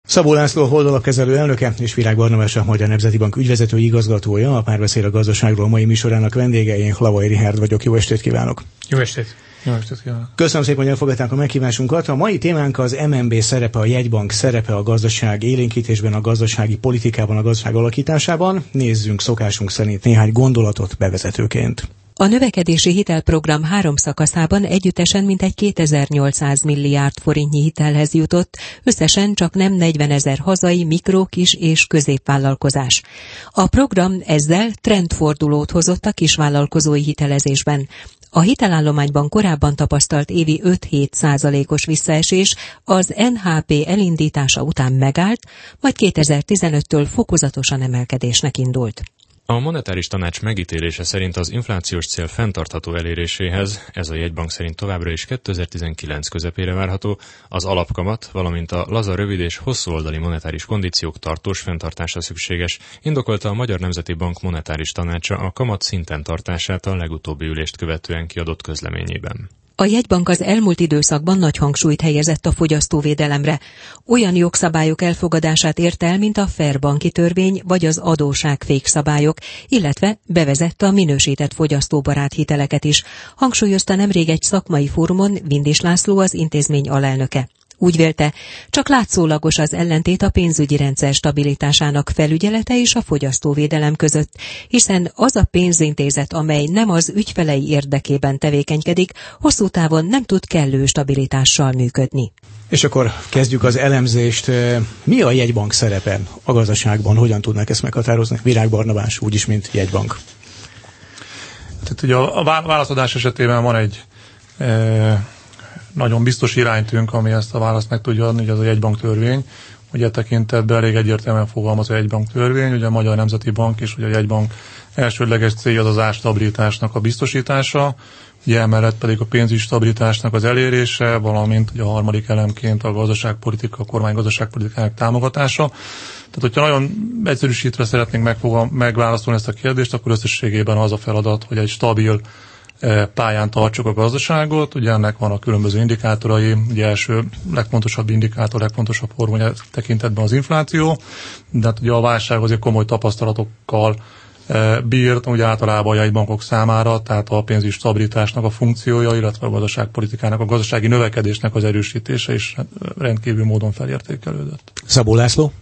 Szabó László holdalapkezelő elnöke és Virág Barnabás a Magyar Nemzeti Bank ügyvezető igazgatója, a Párbeszéd a gazdaságról mai műsorának vendége, én Lavai Richárd vagyok. Jó estét kívánok! Jó estét! Jó estét kívánok! Köszönöm szépen, hogy elfogadták a meghívásunkat. A mai témánk az MNB szerepe, a jegybank szerepe a gazdaság élénkítésben, a gazdasági politikában, a gazdaság alakításában. Nézzünk szokásunk szerint néhány gondolatot bevezetőként. A növekedési hitelprogram 3 szakaszában együttesen mintegy 2800 milliárd forintnyi hitelhez jutott, összesen csak nem 40 000 hazai, mikro, kis és középvállalkozás. A program ezzel trendfordulót hozott a kisvállalkozói hitelezésben. A hitelállományban korábban tapasztalt évi 5-7%-os visszaesés az NHP elindítása után megállt, majd 2015-től fokozatosan emelkedésnek indult. A monetáris tanács megítélése szerint az inflációs cél fenntartható eléréséhez, ez a jegybank szerint továbbra is 2019 közepére várható, az alapkamat, valamint a laza rövid és hosszú oldali monetáris kondíciók tartós fenntartása szükséges, indokolta a Magyar Nemzeti Bank monetáris tanácsa a kamat szinten tartását a legutóbbi ülést követően kiadott közleményében. A jegybank az elmúlt időszakban nagy hangsúlyt helyezett a fogyasztóvédelemre. Olyan jogszabályok elfogadását ért el, mint a Fair banki törvény vagy az adósságfékszabályok, illetve bevezette a minősített fogyasztóbarát hiteleket is, hangsúlyozta nemrég egy szakmai fórumon Vindis László, az intézmény alelnöke. Úgy vélte, csak látszólagos az ellentét a pénzügyi rendszer stabilitásának felügyelete és a fogyasztóvédelem között, hiszen az a pénzintézet, amely nem az ügyfelei érdekében tevékenykedik, hosszú távon nem tud kellő stabilitással működni. És akkor kezdjük az elemzést. Mi a jegybank szerepe a gazdaságban? Hogyan tudnak ezt meghatározni? Virág Barnabás, úgyis, mint jegybank. Tehát ugye a válaszadás esetében van egy nagyon biztos iránytűnk, ami ezt a választ meg tudja adni, hogy az a jegybanktörvény. Ugye tekintetben elég egyértelműen fogalmaz a jegybanktörvény, ugye a Magyar Nemzeti Bank és ugye a jegybank elsődleges célja az az árstabilitásnak a biztosítása, ugye emellett pedig a pénzügyi stabilitásnak az elérése, valamint ugye a harmadik elemként a gazdaságpolitika, a kormány gazdaságpolitikának támogatása. Tehát, hogyha nagyon egyszerűsítve szeretnénk megválaszolni ezt a kérdést, akkor összességében az a feladat, hogy egy stabil pályán tartsuk a gazdaságot, ugye ennek van a különböző indikátorai, ugye első legfontosabb indikátor, legfontosabb hormon tekintetben az infláció, de hát ugye a válság azért komoly tapasztalatokkal bírt, ugye általában a jegybankok számára, tehát a pénzügyi stabilitásnak a funkciója, illetve a gazdaságpolitikának, a gazdasági növekedésnek az erősítése is rendkívül módon felértékelődött. Szabó László?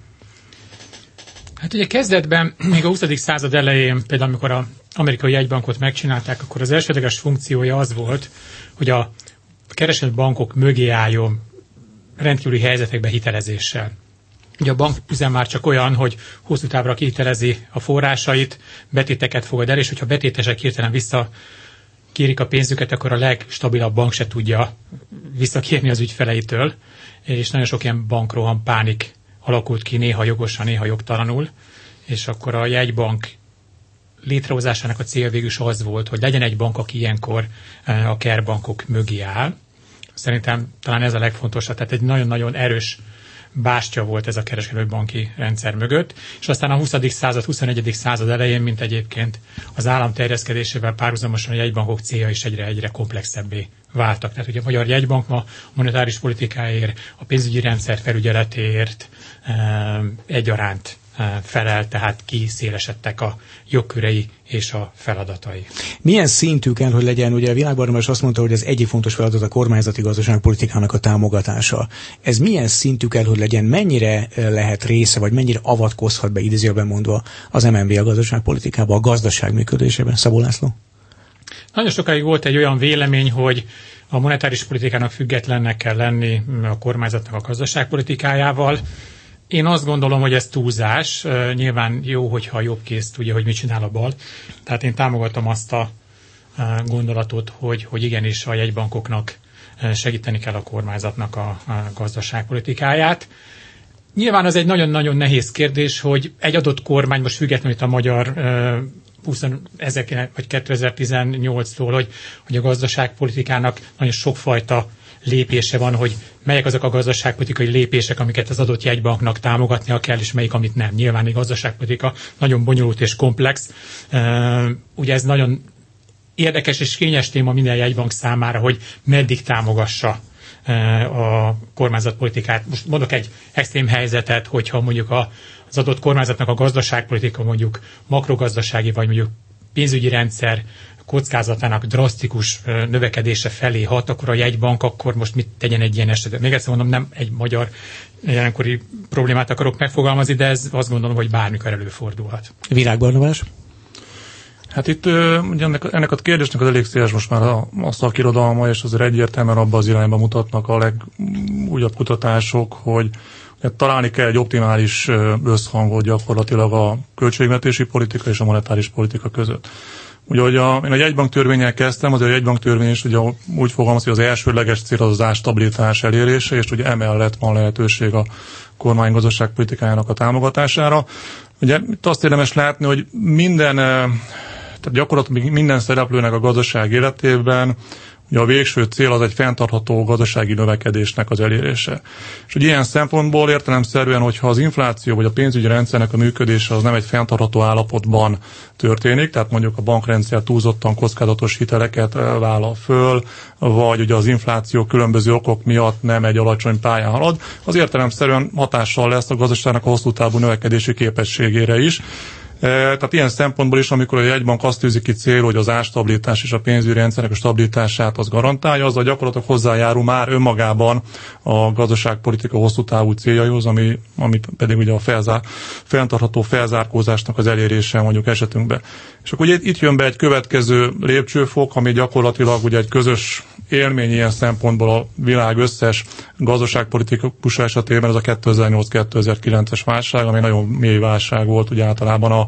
Hát ugye kezdetben, még a 20. század elején, például amikor az amerikai jegybankot megcsinálták, akkor az elsődleges funkciója az volt, hogy a keresett bankok mögé álljon rendkívüli helyzetekben hitelezéssel. Ugye a banküzem már csak olyan, hogy hosszú távra kihitelezi a forrásait, betéteket fogad el, és hogyha betétesek hirtelen visszakérik a pénzüket, akkor a legstabilabb bank se tudja visszakérni az ügyfeleitől, és nagyon sok ilyen bankroham, pánik alakult ki, néha jogosan, néha jogtalanul, és akkor a jegybank létrehozásának a cél végül is az volt, hogy legyen egy bank, aki ilyenkor a kerbankok mögé áll. Szerintem talán ez a legfontosabb, tehát egy nagyon-nagyon erős bástya volt ez a kereskedőbanki rendszer mögött, és aztán a 20. század, 21. század elején, mint egyébként az állam terjeszkedésével párhuzamosan a jegybankok célja is egyre komplexebbé váltak. Tehát ugye a Magyar Jegybank ma monetáris politikáért, a pénzügyi rendszer felügyeletéért egyaránt felel, tehát kiszélesedtek a jogkörei és a feladatai. Milyen szintű kell, hogy legyen? Ugye a Virág Barnabás azt mondta, hogy az egyik fontos feladat a kormányzati gazdaságpolitikának a támogatása. Ez milyen szintű kell, hogy legyen? Mennyire lehet része, vagy mennyire avatkozhat be, idézőjelben mondva, az MNB a gazdaságpolitikába, a gazdaság működésében? Szabó László? Nagyon sokáig volt egy olyan vélemény, hogy a monetáris politikának függetlennek kell lenni a kormányzatnak a gazdaságpolitikájával. Én azt gondolom, hogy ez túlzás. Nyilván jó, hogyha a jobb kéz tudja, hogy mit csinál a bal. Tehát én támogatom azt a gondolatot, hogy igenis a jegybankoknak segíteni kell a kormányzatnak a gazdaságpolitikáját. Nyilván az egy nagyon-nagyon nehéz kérdés, hogy egy adott kormány, most függetlenül a magyar 2018-tól, hogy a gazdaságpolitikának nagyon sokfajta lépése van, hogy melyek azok a gazdaságpolitikai lépések, amiket az adott jegybanknak támogatnia kell, és melyik, amit nem. Nyilván a gazdaságpolitika nagyon bonyolult és komplex. Ugye ez nagyon érdekes és kényes téma minden jegybank számára, hogy meddig támogassa a kormányzatpolitikát. Most mondok egy extrém helyzetet, hogyha mondjuk az adott kormányzatnak a gazdaságpolitika mondjuk makrogazdasági, vagy mondjuk pénzügyi rendszer kockázatának drasztikus növekedése felé hat, akkor a jegybank akkor most mit tegyen egy ilyen esetben? Még egyszer mondom, nem egy magyar jelenkori problémát akarok megfogalmazni, de ez azt gondolom, hogy bármikor előfordulhat. Virág Barnabás? Hát itt ugye ennek a kérdésnek az elég széles most már a szakirodalma, és azért egyértelműen abba az irányba mutatnak a legújabb kutatások, hogy találni kell egy optimális összhangot gyakorlatilag a költségvetési politika és a monetáris politika között. Ugye, hogy én a jegybank törvénnyel kezdtem, azért a jegybank törvény is ugye úgy fogalmaz, hogy az elsődleges cél az árstabilitás elérése, és ugye emellett van lehetőség a kormány gazdaságpolitikájának a támogatására. Ugye itt azt érdemes látni, hogy tehát gyakorlatilag minden szereplőnek a gazdaság életében ugye a végső cél az egy fenntartható gazdasági növekedésnek az elérése. És ugye ilyen szempontból értelemszerűen, hogyha az infláció vagy a pénzügyi rendszernek a működése az nem egy fenntartható állapotban történik, tehát mondjuk a bankrendszer túlzottan kockázatos hiteleket vállal föl, vagy ugye az infláció különböző okok miatt nem egy alacsony pályán halad, az értelemszerűen hatással lesz a gazdaságnak a hosszú távú növekedési képességére is. Tehát ilyen szempontból is, amikor a jegybank azt tűzi ki cél, hogy az árstabilitás és a pénzügyi rendszernek a stabilitását az garantálja, azzal gyakorlatilag hozzájárul már önmagában a gazdaságpolitika hosszú távú céljaihoz, ami pedig ugye a fenntartható felzárkózásnak az elérése mondjuk esetünkben. És akkor ugye itt jön be egy következő lépcsőfok, ami gyakorlatilag ugye egy közös élmény ilyen szempontból a világ összes gazdaságpolitikusa esetében, ez a 2008-2009-es válság, ami nagyon mély válság volt ugye általában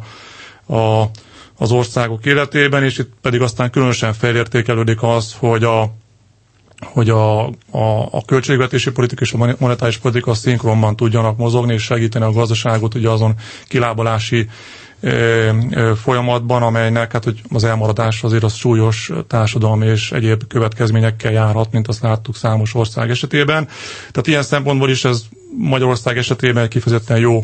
az országok életében, és itt pedig aztán különösen felértékelődik az, hogy a költségvetési politika és a monetáris politika szinkronban tudjanak mozogni és segíteni a gazdaságot ugye azon kilábalási folyamatban, amelynek hát, hogy az elmaradás azért az súlyos társadalmi és egyéb következményekkel járhat, mint azt láttuk számos ország esetében. Tehát ilyen szempontból is ez Magyarország esetében egy kifejezetten jó,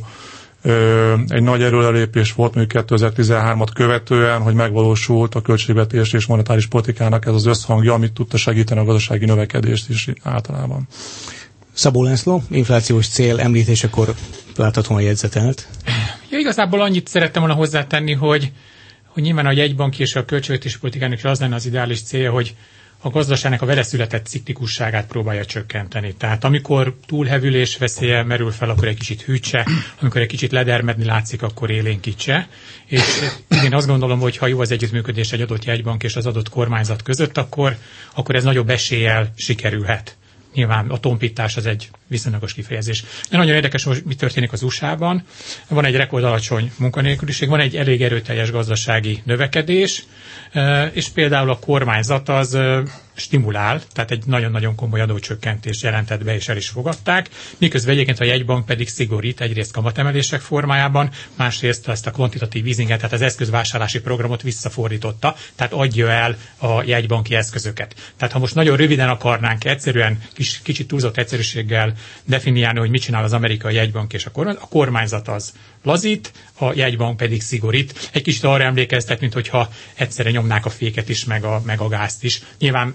egy nagy erőrelépés volt mondjuk 2013-at követően, hogy megvalósult a költségvetés és monetáris politikának ez az összhangja, amit tudta segíteni a gazdasági növekedést is általában. Szabó László, inflációs cél említésekor láthatóan jegyzetelt. Ja, igazából annyit szerettem volna hozzátenni, hogy nyilván a jegybanki és a költségvetési politikának is az lenne az ideális célja, hogy a gazdaságnak a vele született ciklikusságát próbálja csökkenteni. Tehát amikor túlhevülés veszélye merül fel, akkor egy kicsit hűtse, amikor egy kicsit ledermedni látszik, akkor élénkítse. És én azt gondolom, hogy ha jó az együttműködés egy adott jegybank és az adott kormányzat között, akkor ez nagyobb eséllyel sikerülhet. Nyilván a tompítás az egy viszonylagos kifejezés. De nagyon érdekes, hogy mi történik az USA-ban. Van egy rekordalacsony munkanélküliség, van egy elég erőteljes gazdasági növekedés, és például a kormányzat az stimulál, tehát egy nagyon-nagyon komoly adócsökkentést jelentett be, és el is fogadták, miközben egyébként a jegybank pedig szigorít egyrészt kamatemelések formájában, másrészt ezt a kvantitatív easinget, tehát az eszközvásárlási programot visszafordította, tehát adja el a jegybanki eszközöket. Tehát ha most nagyon röviden akarnánk egyszerűen, kicsit túlzott egyszerűséggel definiálni, hogy mit csinál az amerikai jegybank és a kormányzat az lazít, a jegybank pedig szigorít. Egy kicsit arra emlékeztet, mint hogyha egyszerre nyomnák a féket is, meg a gázt is. Nyilván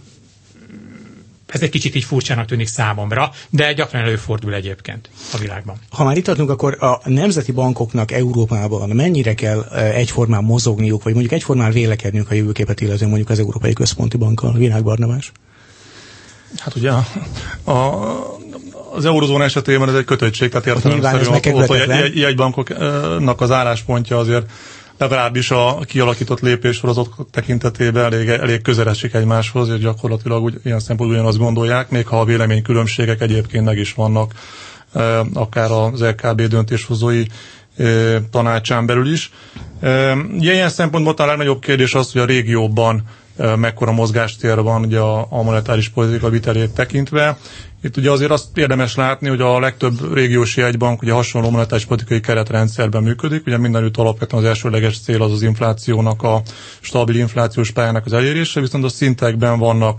ez egy kicsit így furcsának tűnik számomra, de gyakran előfordul egyébként a világban. Ha már itt tartunk, akkor a nemzeti bankoknak Európában mennyire kell egyformán mozogniuk, vagy mondjuk egyformán vélekedniük a jövőképet illetően mondjuk az Európai Központi Bankkal? Virág Barnabás? Hát ugye az eurozóna esetében ez egy kötöttség, tehát értelemszerűen a jegybankoknak az álláspontja azért legalábbis a kialakított lépéssorozatok tekintetében elég közel esik egymáshoz, és gyakorlatilag ilyen szempontból ugyanazt gondolják, még ha a véleménykülönbségek egyébként meg is vannak, akár az LKB döntéshozói tanácsán belül is. Ilyen szempontból talán a legnagyobb kérdés az, hogy a régióban mekkora mozgástér van ugye a monetáris politika vitelét tekintve. Itt ugye azért azt érdemes látni, hogy a legtöbb régiós jegybank ugye hasonló monetáris politikai keretrendszerben működik. Ugye mindenütt alapvetően az elsődleges cél az inflációnak, a stabil inflációs pályának az elérése, viszont a szintekben vannak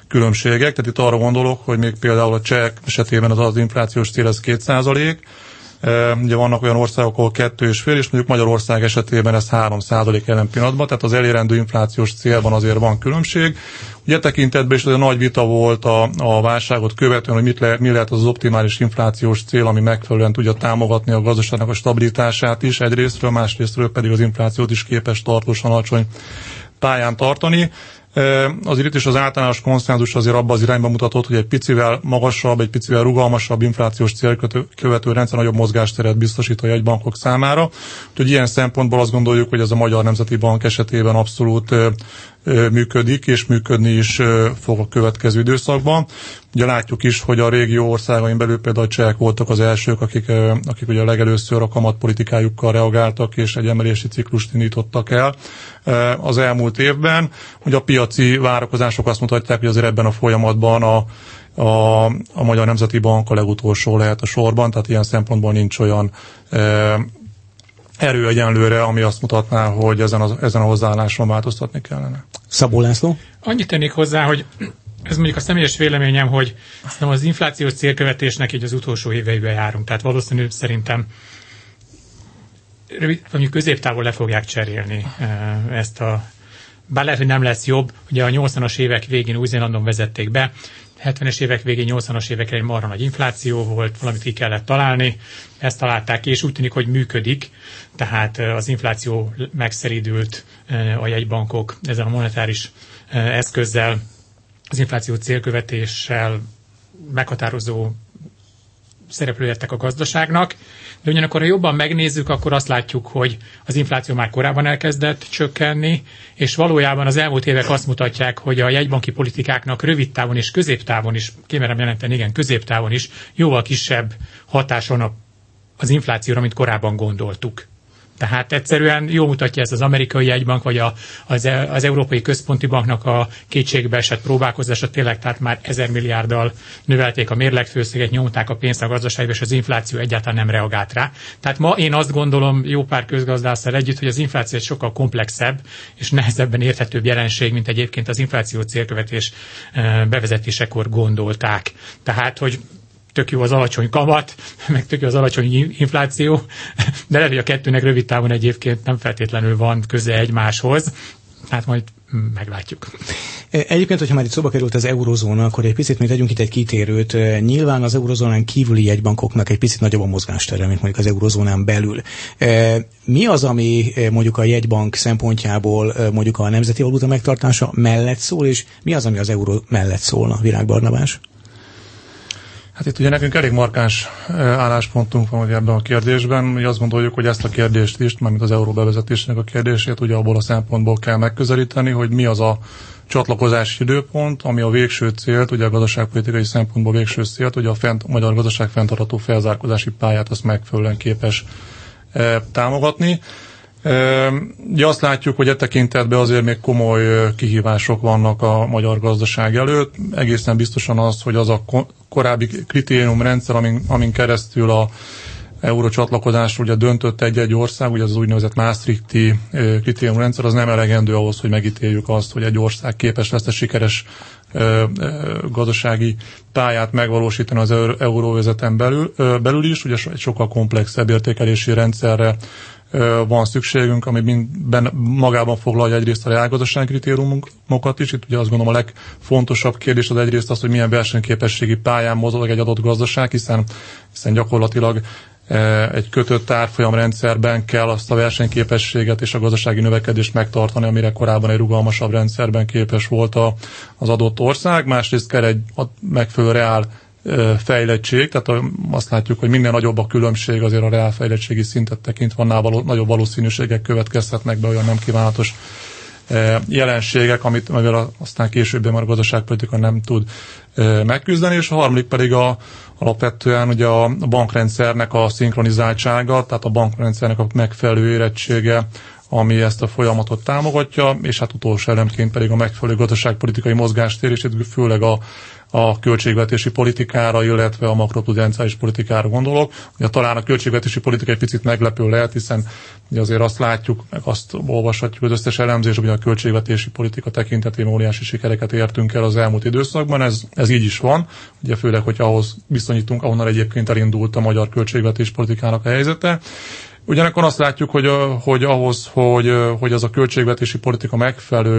különbségek. Tehát itt arra gondolok, hogy még például a cseh esetében az inflációs cél az 2%, Ugye vannak olyan országok, ahol 2,5, és mondjuk Magyarország esetében ez 3% jelen pillanatban, tehát az elérendő inflációs célban azért van különbség. Ugye tekintetben is egy nagy vita volt a válságot követően, hogy mi lehet az optimális inflációs cél, ami megfelelően tudja támogatni a gazdaságnak a stabilitását is egyrésztről, másrésztről pedig az inflációt is képes tartósan alacsony pályán tartani. Azért itt is az általános konszenzus azért abban az irányba mutatott, hogy egy picivel magasabb, egy picivel rugalmasabb inflációs célkövető rendszer nagyobb mozgásteret biztosít a jegybankok számára. Úgyhogy ilyen szempontból azt gondoljuk, hogy ez a Magyar Nemzeti Bank esetében abszolút működik, és működni is fog a következő időszakban. Ugye látjuk is, hogy a régió országain belül például a csehek voltak az elsők, akik ugye a legelőször a kamatpolitikájukkal reagáltak, és egy emelési ciklust indítottak el az elmúlt évben. Ugye a piaci várakozások azt mutatják, hogy azért ebben a folyamatban a Magyar Nemzeti Bank a legutolsó lehet a sorban, tehát ilyen szempontból nincs olyan erő egyenlőre, ami azt mutatná, hogy ezen a hozzáálláson változtatni kellene. Szabó László? Annyit tennék hozzá, hogy ez mondjuk a személyes véleményem, hogy az inflációs célkövetésnek így az utolsó éveiben járunk. Tehát valószínűleg szerintem mondjuk középtávon le fogják cserélni ezt bár lehet, hogy nem lesz jobb. Ugye a 80-as évek végén Új-Zélandon vezették be, 70-es évek végén, 80-as évekre egy marha nagy infláció volt, valamit ki kellett találni, ezt találták ki, és úgy tűnik, hogy működik, tehát az infláció megszeridült, a jegybankok ezzel a monetáris eszközzel, az infláció célkövetéssel meghatározó szereplőjettek a gazdaságnak, de ugyanakkor, ha jobban megnézzük, akkor azt látjuk, hogy az infláció már korábban elkezdett csökkenni, és valójában az elmúlt évek azt mutatják, hogy a jegybanki politikáknak rövid távon és középtávon is, kimerem jelenteni, igen, középtávon is jóval kisebb hatás van az inflációra, mint korábban gondoltuk. Tehát egyszerűen jól mutatja ezt az amerikai jegybank, vagy az Európai Központi Banknak a kétségbe esett próbálkozása, tényleg, tehát már 1000 milliárddal növelték a mérlegfőszeget, nyomták a pénzt a gazdaságba, és az infláció egyáltalán nem reagált rá. Tehát ma én azt gondolom, jó pár közgazdásszal együtt, hogy az infláció egy sokkal komplexebb és nehezebben érthetőbb jelenség, mint egyébként az infláció célkövetés bevezetésekor gondolták. Tehát, hogy tök jó az alacsony kamat, meg tök jó az alacsony infláció, de lehet, hogy a kettőnek rövid távon egyébként nem feltétlenül van köze egymáshoz. Hát majd meglátjuk. Egyébként, hogyha már itt szóba került az eurozóna, akkor egy picit még tegyünk itt egy kitérőt. Nyilván az eurozónán kívüli jegybankoknak egy picit nagyobb a mozgástere, mint mondjuk az eurozónán belül. Mi az, ami mondjuk a jegybank szempontjából mondjuk a nemzeti valuta megtartása mellett szól, és mi az, ami az euró mellett szólna, Virág Barnabás? Hát itt ugye nekünk elég markáns álláspontunk van ebben a kérdésben. Mi azt gondoljuk, hogy ezt a kérdést is, mármint az euró bevezetésének a kérdését, ugye abból a szempontból kell megközelíteni, hogy mi az a csatlakozási időpont, ami a végső célt, ugye a gazdaságpolitikai szempontból végső célt, ugye a magyar gazdaság fenntartható felzárkózási pályát azt megfelelően képes támogatni. Ugye azt látjuk, hogy e tekintetben azért még komoly kihívások vannak a magyar gazdaság előtt. Egészen biztosan az, hogy az a korábbi kritériumrendszer, amin keresztül a euró csatlakozásról ugye döntött egy-egy ország, ugye az úgynevezett Maastrichti kritériumrendszer, az nem elegendő ahhoz, hogy megítéljük azt, hogy egy ország képes lesz a sikeres gazdasági pályát megvalósítani az euróvezeten belül is, ugye egy sokkal komplexebb értékelési rendszerre van szükségünk, ami magában foglalja egyrészt a reálgazdasági kritériumokat is. Itt ugye azt gondolom a legfontosabb kérdés az egyrészt az, hogy milyen versenyképességi pályán mozog egy adott gazdaság, hiszen gyakorlatilag egy kötött árfolyamrendszerben kell azt a versenyképességet és a gazdasági növekedést megtartani, amire korábban egy rugalmasabb rendszerben képes volt az adott ország. Másrészt kell egy megfelelő reál fejlettség, tehát azt látjuk, hogy minél nagyobb a különbség, azért a reálfejlettségi szintet tekintve annál nagyobb valószínűségek következhetnek be olyan nem kívánatos jelenségek, amivel aztán később már a gazdaságpolitika nem tud megküzdeni, és a harmadik pedig alapvetően ugye a bankrendszernek a szinkronizáltsága, tehát a bankrendszernek a megfelelő érettsége, ami ezt a folyamatot támogatja, és hát utolsó elemként pedig a megfelelő gazdaságpolitikai mozgástér, és főleg a költségvetési politikára, illetve a makroprudenciális politikára gondolok. Ugye talán a költségvetési politika egy picit meglepő lehet, hiszen ugye azért azt látjuk, meg azt olvashatjuk az összes elemzés, hogy a költségvetési politika tekintetében óriási sikereket értünk el az elmúlt időszakban. Ez így is van, ugye főleg, hogy ahhoz viszonyítunk, ahonnan egyébként elindult a magyar költségvetési politikának a helyzete. Ugyanakkor azt látjuk, hogy ahhoz, hogy az a költségvetési politika megfelelő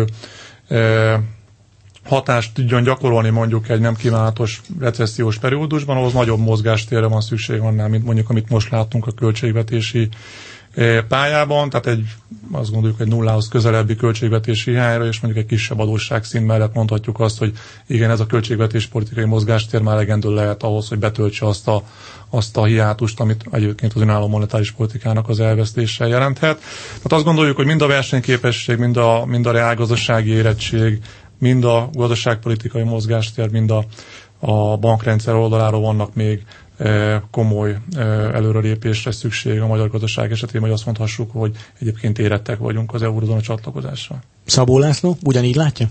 hatást tudjon gyakorolni mondjuk egy nem kívánatos recessziós periódusban, ahhoz nagyobb mozgástérre van szükség annál, mint mondjuk amit most látunk a költségvetési pályában, tehát azt gondoljuk, egy nullához közelebbi költségvetési hiányra, és mondjuk egy kisebb adósságszint mellett mondhatjuk azt, hogy igen, ez a költségvetési politikai mozgástér már elegendő lehet ahhoz, hogy betöltse azt a hiátust, amit egyébként az önálló monetáris politikának az elvesztése jelenthet. Tehát azt gondoljuk, hogy mind a versenyképesség, mind a reálgazdasági érettség, mind a gazdaságpolitikai mozgástér, mind a bankrendszer oldaláról vannak még komoly előrelépésre szükség a magyar gazdaság esetében, hogy azt mondhassuk, hogy egyébként érettek vagyunk az eurozóna csatlakozásra. Szabó László ugyanígy látja?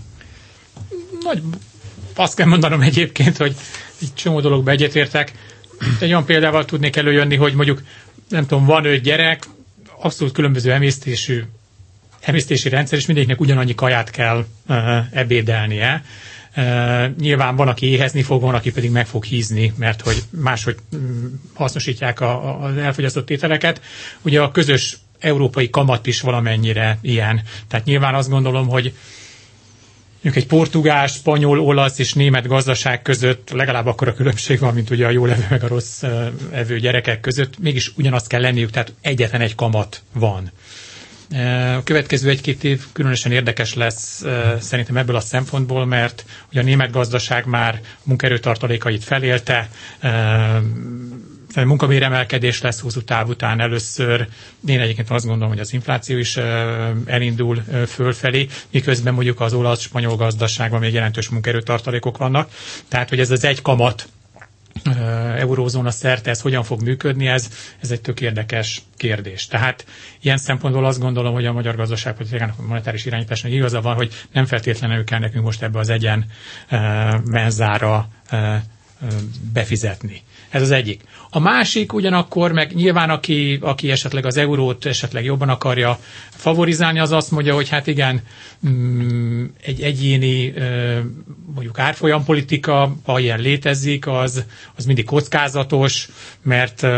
Azt kell mondanom egyébként, hogy egy csomó dologba egyetértek. Egy olyan példával tudnék előjönni, hogy mondjuk, nem tudom, van 5 gyerek, abszolút különböző emésztési rendszer, és mindegyiknek ugyanannyi kaját kell ebédelnie. Nyilván van, aki éhezni fog, van, aki pedig meg fog hízni, mert hogy máshogy hasznosítják az elfogyasztott ételeket. Ugye a közös európai kamat is valamennyire ilyen. Tehát nyilván azt gondolom, hogy egy portugál, spanyol, olasz és német gazdaság között legalább akkora különbség van, mint ugye a jól evő meg a rossz evő gyerekek között. Mégis ugyanazt kell lenniük, tehát egyetlen egy kamat van. A következő 1-2 év különösen érdekes lesz szerintem ebből a szempontból, mert ugye a német gazdaság már munkaerőtartalékait felélte, munkaméremelkedés lesz hosszú táv után először. Én egyébként azt gondolom, hogy az infláció is elindul fölfelé, miközben mondjuk az olasz-spanyol gazdaságban még jelentős munkaerőtartalékok vannak. Tehát, hogy ez az egy kamat eurózóna szerte, ez hogyan fog működni, ez egy tök érdekes kérdés. Tehát ilyen szempontból azt gondolom, hogy a magyar gazdaságpolitikának, a monetáris irányításnak igaza van, hogy nem feltétlenül kell nekünk most ebbe az egyen menzára befizetni. Ez az egyik. A másik ugyanakkor, meg nyilván aki esetleg az eurót esetleg jobban akarja favorizálni, az azt mondja, hogy hát igen, egy egyéni mondjuk árfolyampolitika, ha ilyen létezik, az mindig kockázatos, mert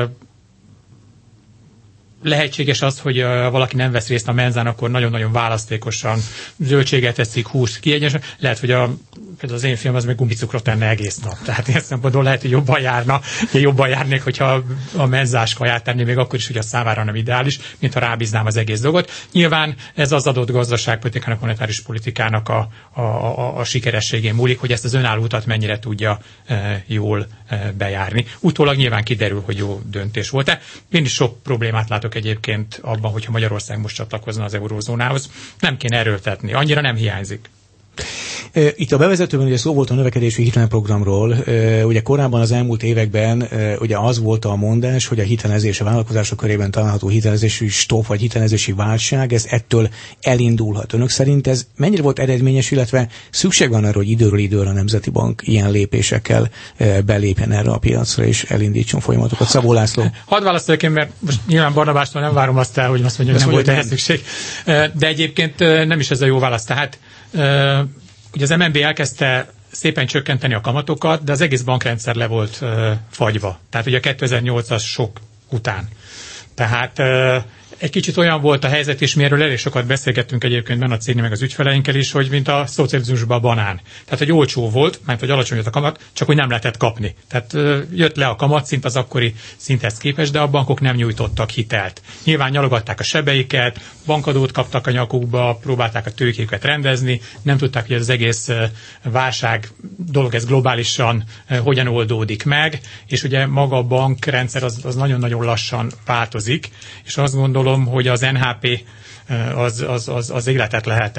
lehetséges az, hogy valaki nem vesz részt a menzán, akkor nagyon-nagyon választékosan zöldséget eszik, húst kiegyensúlyosan. Lehet, hogy például az én film az meg gumicukrot enne egész nap. Tehát ilyen szempontból lehet, hogy jobban járnék, hogyha a menzás kaját tenni, még akkor is, hogy a számára nem ideális, mint ha rábíznám az egész dolgot. Nyilván ez az adott gazdaságpolitikának, monetáris politikának a sikerességén múlik, hogy ezt az önálló utat mennyire tudja jól bejárni. Utólag nyilván kiderül, hogy jó döntés volt-e. Én is sok problémát látok egyébként abban, hogyha Magyarország most csatlakozna az eurózónához. Nem kéne erőltetni, annyira nem hiányzik. Itt a bevezetőben ugye szó volt a növekedési hitelprogramról. Ugye korábban az elmúlt években ugye az volt a mondás, hogy a hitelezés, a vállalkozások körében található hitelezési stop vagy hitelezési válság, ez ettől elindulhat. Önök szerint ez mennyire volt eredményes, illetve szükség van arra, hogy időről időre a Nemzeti Bank ilyen lépésekkel belépjen erre a piacra és elindítson folyamatokat? Szabó László. Hadd válaszoljak én, mert most nyilván Barnabástól nem várom azt el, hogy azt mondja, hogy nem volt ehhez szükség. De egyébként nem is ez a jó válasz. Tehát ugye az MNB elkezdte szépen csökkenteni a kamatokat, de az egész bankrendszer le volt fagyva. Tehát ugye a 2008-as sok után. Tehát egy kicsit olyan volt a helyzet, és mi erről elég sokat beszélgettünk egyébként benne a cégnél, meg az ügyfeleinkkel is, hogy mint a szocializmusban a banán. Tehát, hogy olcsó volt, mert hogy alacsony volt a kamat, csak hogy nem lehetett kapni. Tehát jött le a kamatszint az akkori szinthez képest, de a bankok nem nyújtottak hitelt. Nyilván nyalogatták a sebeiket, bankadót kaptak a nyakukba, próbálták a tőkéket rendezni, nem tudták, hogy az egész válság dolog, ez globálisan hogyan oldódik meg, és ugye maga a bankrendszer az nagyon-nagyon lassan változik, és azt gondolom, hogy az NHP az életet lehet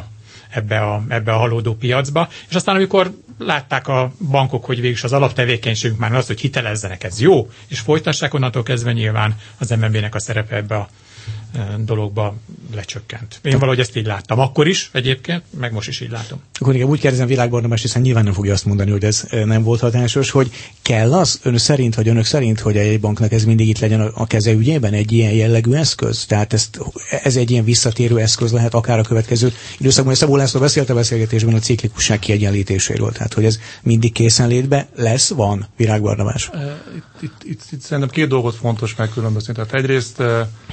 ebbe a halódó piacba. És aztán, amikor látták a bankok, hogy végülis az alaptevékenységünk már az, hogy hitelezzenek, ez jó, és folytassák, onnantól kezdve nyilván az MNB-nek a szerepe dologba lecsökkent. Én valahogy ezt így láttam akkor is egyébként, meg most is így látom. Akkor inkább úgy kérdezem Világ Barnabás, hiszen nyilván nem fogja azt mondani, hogy ez nem volt hatásos, hogy kell az önök szerint, hogy a jegybanknak ez mindig itt legyen a keze ügyében egy ilyen jellegű eszköz? Tehát ez egy ilyen visszatérő eszköz lehet akár a következő időszakban. Szabó László beszélt a beszélgetésben a ciklikusság kiegyenlítéséről, tehát hogy ez mindig készenlétben lesz, van, Világ Barnabás? Itt szerintem két dolgot fontos megkülönböztetni. Tehát egyrészt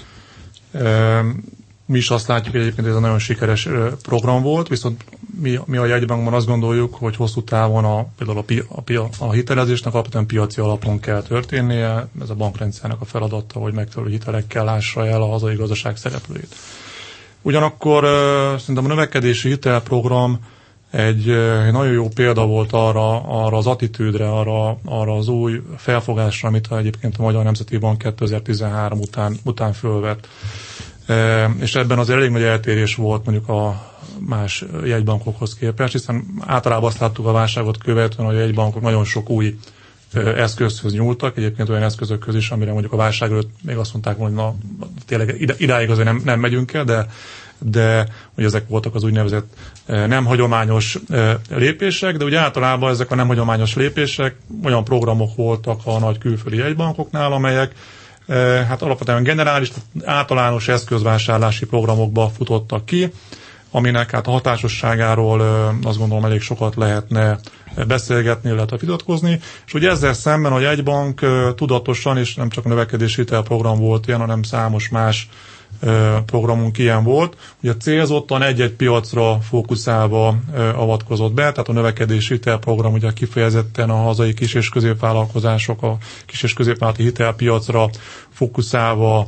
mi is azt látjuk, hogy egyébként ez egy nagyon sikeres program volt, viszont mi a jegybankban azt gondoljuk, hogy hosszú távon például a hitelezésnek alapvetően piaci alapon kell történnie, ez a bankrendszernek a feladata, hogy megfelelő hitelekkel lássa el a hazai gazdaság szereplőit. Ugyanakkor szerintem a növekedési hitelprogram egy nagyon jó példa volt arra az attitűdre, arra az új felfogásra, amit egyébként a Magyar Nemzeti Bank 2013 után fölvett. És ebben az elég nagy eltérés volt mondjuk a más jegybankokhoz képest, hiszen általában azt láttuk a válságot követően, hogy a jegybankok nagyon sok új eszközhöz nyúltak, egyébként olyan eszközökhöz is, amire mondjuk a válság előtt még azt mondták, hogy na, tényleg idáig azért nem megyünk el, de hogy ezek voltak az úgynevezett nem hagyományos lépések, de ugye általában ezek a nem hagyományos lépések olyan programok voltak a nagy külföldi jegybankoknál, amelyek hát alapvetően generális, általános eszközvásárlási programokba futottak ki, aminek hát a hatásosságáról azt gondolom elég sokat lehetne beszélgetni, illetve vitatkozni, és ugye ezzel szemben a jegybank tudatosan, és nem csak a növekedési hitelprogram volt ilyen, hanem számos más programunk ilyen volt. Ugye célzottan egy-egy piacra fókuszálva avatkozott be, tehát a növekedési hitelprogram ugye kifejezetten a hazai kis- és középvállalkozások, a kis- és középvállalati hitelpiacra fókuszálva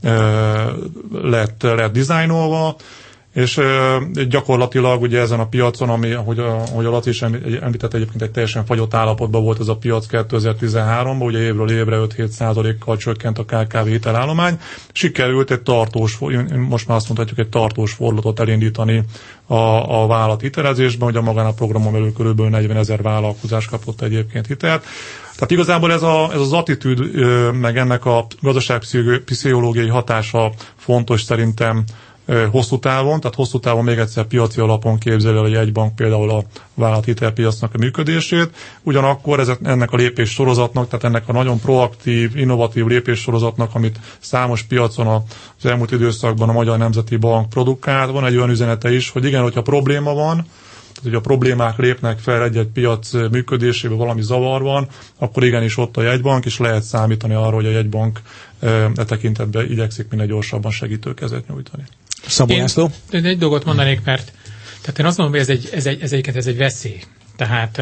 lett dizájnolva, és gyakorlatilag ugye ezen a piacon, ahogy a Laci is említett, egyébként egy teljesen fagyott állapotban volt ez a piac 2013-ban, ugye évről évre 5-7%-kal csökkent a KKV hitelállomány. Sikerült egy most már azt mondhatjuk, egy tartós fordulatot elindítani a vállalat hitelezésben, ugye a magánprogramon belül körülbelül 40 000 vállalkozás kapott egyébként hitelt. Tehát igazából ez az attitűd, meg ennek a gazdaságpszichológiai hatása fontos szerintem hosszú távon, tehát hosszú távon még egyszer piaci alapon képzeli el a jegybank például a vállalathitelpiacnak a működését. Ugyanakkor ennek a lépéssorozatnak, tehát ennek a nagyon proaktív, innovatív lépéssorozatnak, amit számos piacon az elmúlt időszakban a Magyar Nemzeti Bank produkált, van egy olyan üzenete is, hogy igen, hogyha probléma van, tehát hogy a problémák lépnek fel egy-egy piac működésében, valami zavar van, akkor igenis ott a jegybank, és lehet számítani arra, hogy a jegybank tekintetben igyekszik minél gyorsabban segítőkezet nyújtani. Szabó László? Én egy dolgot mondanék, mert tehát én azt mondom, hogy ez egy veszély. Tehát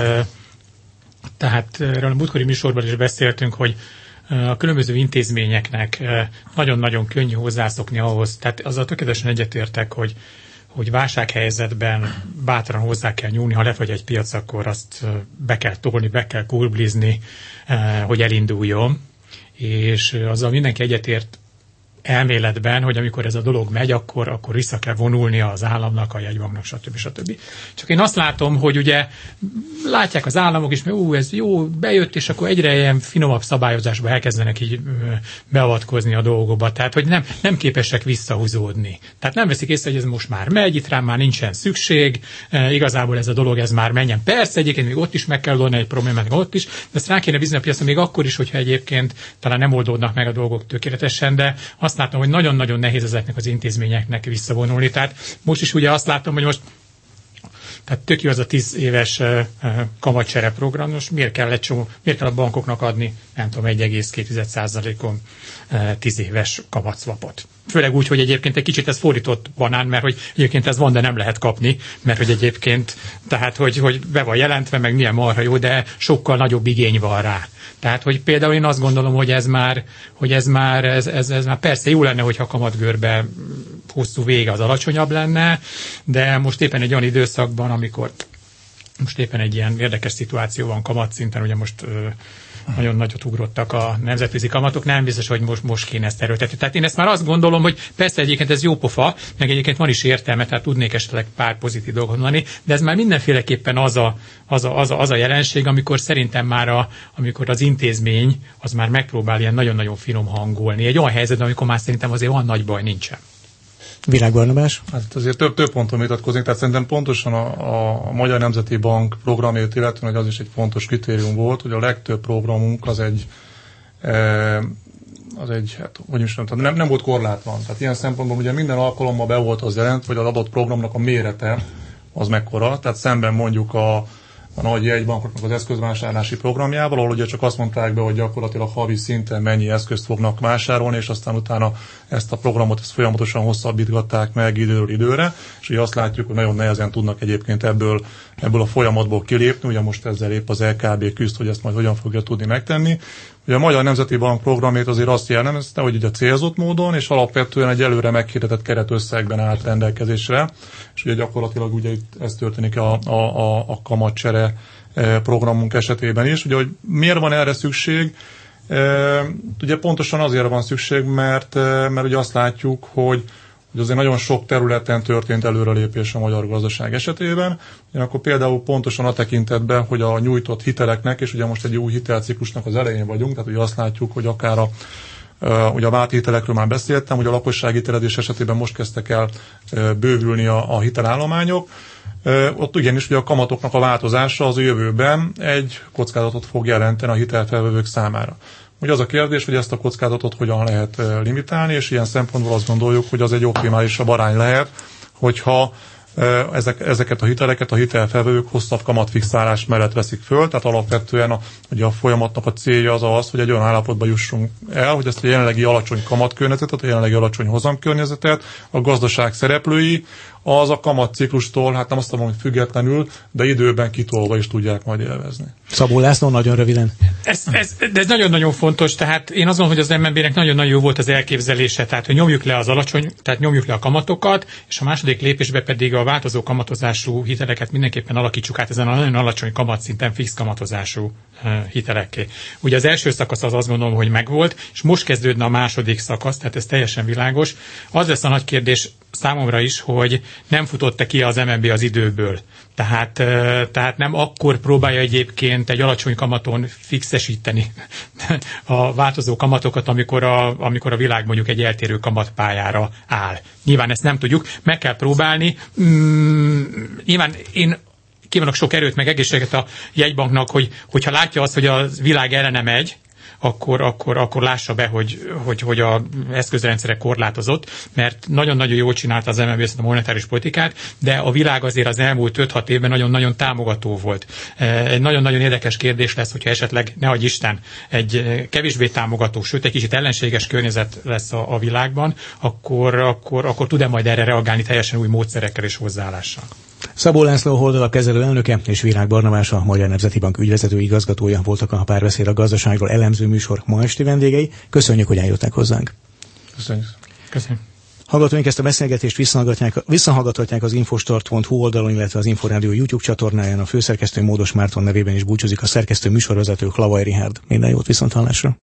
erről a múltkori műsorban is beszéltünk, hogy a különböző intézményeknek nagyon-nagyon könnyű hozzászokni ahhoz, tehát azzal tökéletesen egyetértek, hogy válsághelyzetben bátran hozzá kell nyúlni, ha lefagy egy piac, akkor azt be kell tolni, be kell kurblizni, hogy elinduljon, és azzal mindenki egyetért elméletben, hogy amikor ez a dolog megy, akkor vissza kell vonulnia az államnak, a jegybanknak, stb. Csak én azt látom, hogy ugye látják az államok is, hogy ez jó, bejött, és akkor egyre ilyen finomabb szabályozásba elkezdenek így beavatkozni a dolgokba. Tehát, hogy nem képesek visszahúzódni. Tehát nem veszik észre, hogy ez most már megy, itt rám már nincsen szükség, igazából ez a dolog, ez már menjen. Persze, egyébként még ott is meg kell oldani egy problémát, ott is, de ezt rá kéne bízni a piacon, még akkor is, hogyha egyébként talán nem oldódnak meg a dolgok tökéletesen, de azt látom, hogy nagyon-nagyon nehéz ezeknek az intézményeknek visszavonulni. Tehát most is ugye azt látom, hogy most tehát tök jó az a 10 éves kamatcsere program, most miért kell a bankoknak adni, nem tudom, 1,2%-on 10 éves kamatszwapot. Főleg úgy, hogy egyébként egy kicsit ez fordított banán, mert hogy egyébként ez van, de nem lehet kapni, mert hogy egyébként, tehát hogy be van jelentve, meg milyen marha jó, de sokkal nagyobb igény van rá. Tehát, hogy például én azt gondolom, hogy ez már persze jó lenne, hogyha a kamatgörbe hosszú vége az alacsonyabb lenne, de most éppen egy olyan időszakban, amikor most éppen egy ilyen érdekes szituáció van kamatszinten, ugye most nagyon nagyot ugrottak a nemzetközi kamatok, nem biztos, hogy most kéne ezt erőltetni. Tehát én ezt már azt gondolom, hogy persze egyébként ez jó pofa, meg egyébként van is értelme, tehát tudnék esetleg pár pozitív dolgot mondani, de ez már mindenféleképpen az a jelenség, amikor szerintem már amikor az intézmény az már megpróbál ilyen nagyon-nagyon finom hangolni. Egy olyan helyzetben, amikor már szerintem azért olyan nagy baj nincsen. Virág Barnabás? Hát azért több ponton vitatkozunk, tehát szerintem pontosan a Magyar Nemzeti Bank programját illetően, hogy az is egy fontos kritérium volt, hogy a legtöbb programunk az egy hát, hogy is mondtam, nem volt korlátlan. Tehát ilyen szempontból ugye minden alkalommal be volt az jelent, hogy az adott programnak a mérete az mekkora, tehát szemben mondjuk a nagy jegybankoknak az eszközvásárlási programjával, ahol ugye csak azt mondták be, hogy gyakorlatilag havi szinten mennyi eszközt fognak vásárolni, és aztán utána ezt a programot folyamatosan hosszabbítgatták meg időről időre, és ugye azt látjuk, hogy nagyon nehezen tudnak egyébként ebből a folyamatból kilépni, ugye most ezzel épp az LKB küzd, hogy ezt majd hogyan fogja tudni megtenni. Ugye a Magyar Nemzeti Bank programját azért azt jellemezte, hogy ugye célzott módon, és alapvetően egy előre meghirdetett keretösszegben állt rendelkezésre, és ugye gyakorlatilag ugye itt ez történik a kamatcsere programunk esetében is. Ugye, hogy miért van erre szükség? Ugye pontosan azért van szükség, mert ugye azt látjuk, hogy azért nagyon sok területen történt előrelépés a magyar gazdaság esetében. Ugyanakkor például pontosan a tekintetben, hogy a nyújtott hiteleknek, és ugye most egy új hitelciklusnak az elején vagyunk, tehát ugye azt látjuk, hogy akár ugye a válthitelekről már beszéltem, hogy a lakossági hiteledés esetében most kezdtek el bővülni a hitelállományok. Ott ugyanis ugye a kamatoknak a változása az a jövőben egy kockázatot fog jelenteni a hitelfelvevők számára. Ugye az a kérdés, hogy ezt a kockázatot hogyan lehet limitálni, és ilyen szempontból azt gondoljuk, hogy az egy optimálisabb arány lehet, hogyha ezeket a hiteleket a hitelfelvevők hosszabb kamatfixálás mellett veszik föl, tehát alapvetően ugye a folyamatnak a célja az, hogy egy olyan állapotba jussunk el, hogy ezt a jelenlegi alacsony kamatkörnyezetet, a jelenlegi alacsony hozamkörnyezetet a gazdaság szereplői az a kamatciklustól, hát nem azt mondom, hogy függetlenül, de időben kitolva is tudják majd élvezni. Szabó László, nagyon röviden. De ez nagyon-nagyon fontos, tehát én azt gondolom, hogy az MNB-nek nagyon-nagyon jó volt az elképzelése, tehát hogy nyomjuk le tehát nyomjuk le a kamatokat, és a második lépésben pedig a változó kamatozású hiteleket mindenképpen alakítsuk át ezen a nagyon alacsony kamatszinten fix kamatozású hitelekké. Ugye az első szakasz az azt gondolom, hogy megvolt, és most kezdődne a második szakasz, tehát ez teljesen világos. Az lesz a nagy kérdés számomra is, hogy nem futott-e ki az MNB az időből. Tehát nem akkor próbálja egyébként egy alacsony kamaton fixesíteni a változó kamatokat, amikor a világ mondjuk egy eltérő kamatpályára áll. Nyilván ezt nem tudjuk, meg kell próbálni. Nyilván én kívánok sok erőt, meg egészséget a jegybanknak, hogyha látja azt, hogy a világ ellene megy, akkor lássa be, hogy a eszközrendszere korlátozott, mert nagyon-nagyon jól csinálta az MNB a monetáris politikát, de a világ azért az elmúlt 5-6 évben nagyon-nagyon támogató volt. Egy nagyon-nagyon érdekes kérdés lesz, hogyha esetleg, nehogy Isten, egy kevésbé támogató, sőt egy kicsit ellenséges környezet lesz a világban, akkor tud-e majd erre reagálni teljesen új módszerekkel és hozzáállással. Szabó László Holdalap kezelő elnöke és Virág Barnabás, a Magyar Nemzeti Bank ügyvezető igazgatója voltak a Párbeszéd a gazdaságról elemző műsor ma esti vendégei. Köszönjük, hogy eljöttek hozzánk. Köszönjük. Hallgatóink ezt a beszélgetést visszahallgathatják az infostart.hu oldalon, illetve az Inforádió YouTube csatornáján. A főszerkesztő Módos Márton nevében is búcsúzik a szerkesztő műsorvezető Lavai Richárd. Minden jót, viszonthallásra!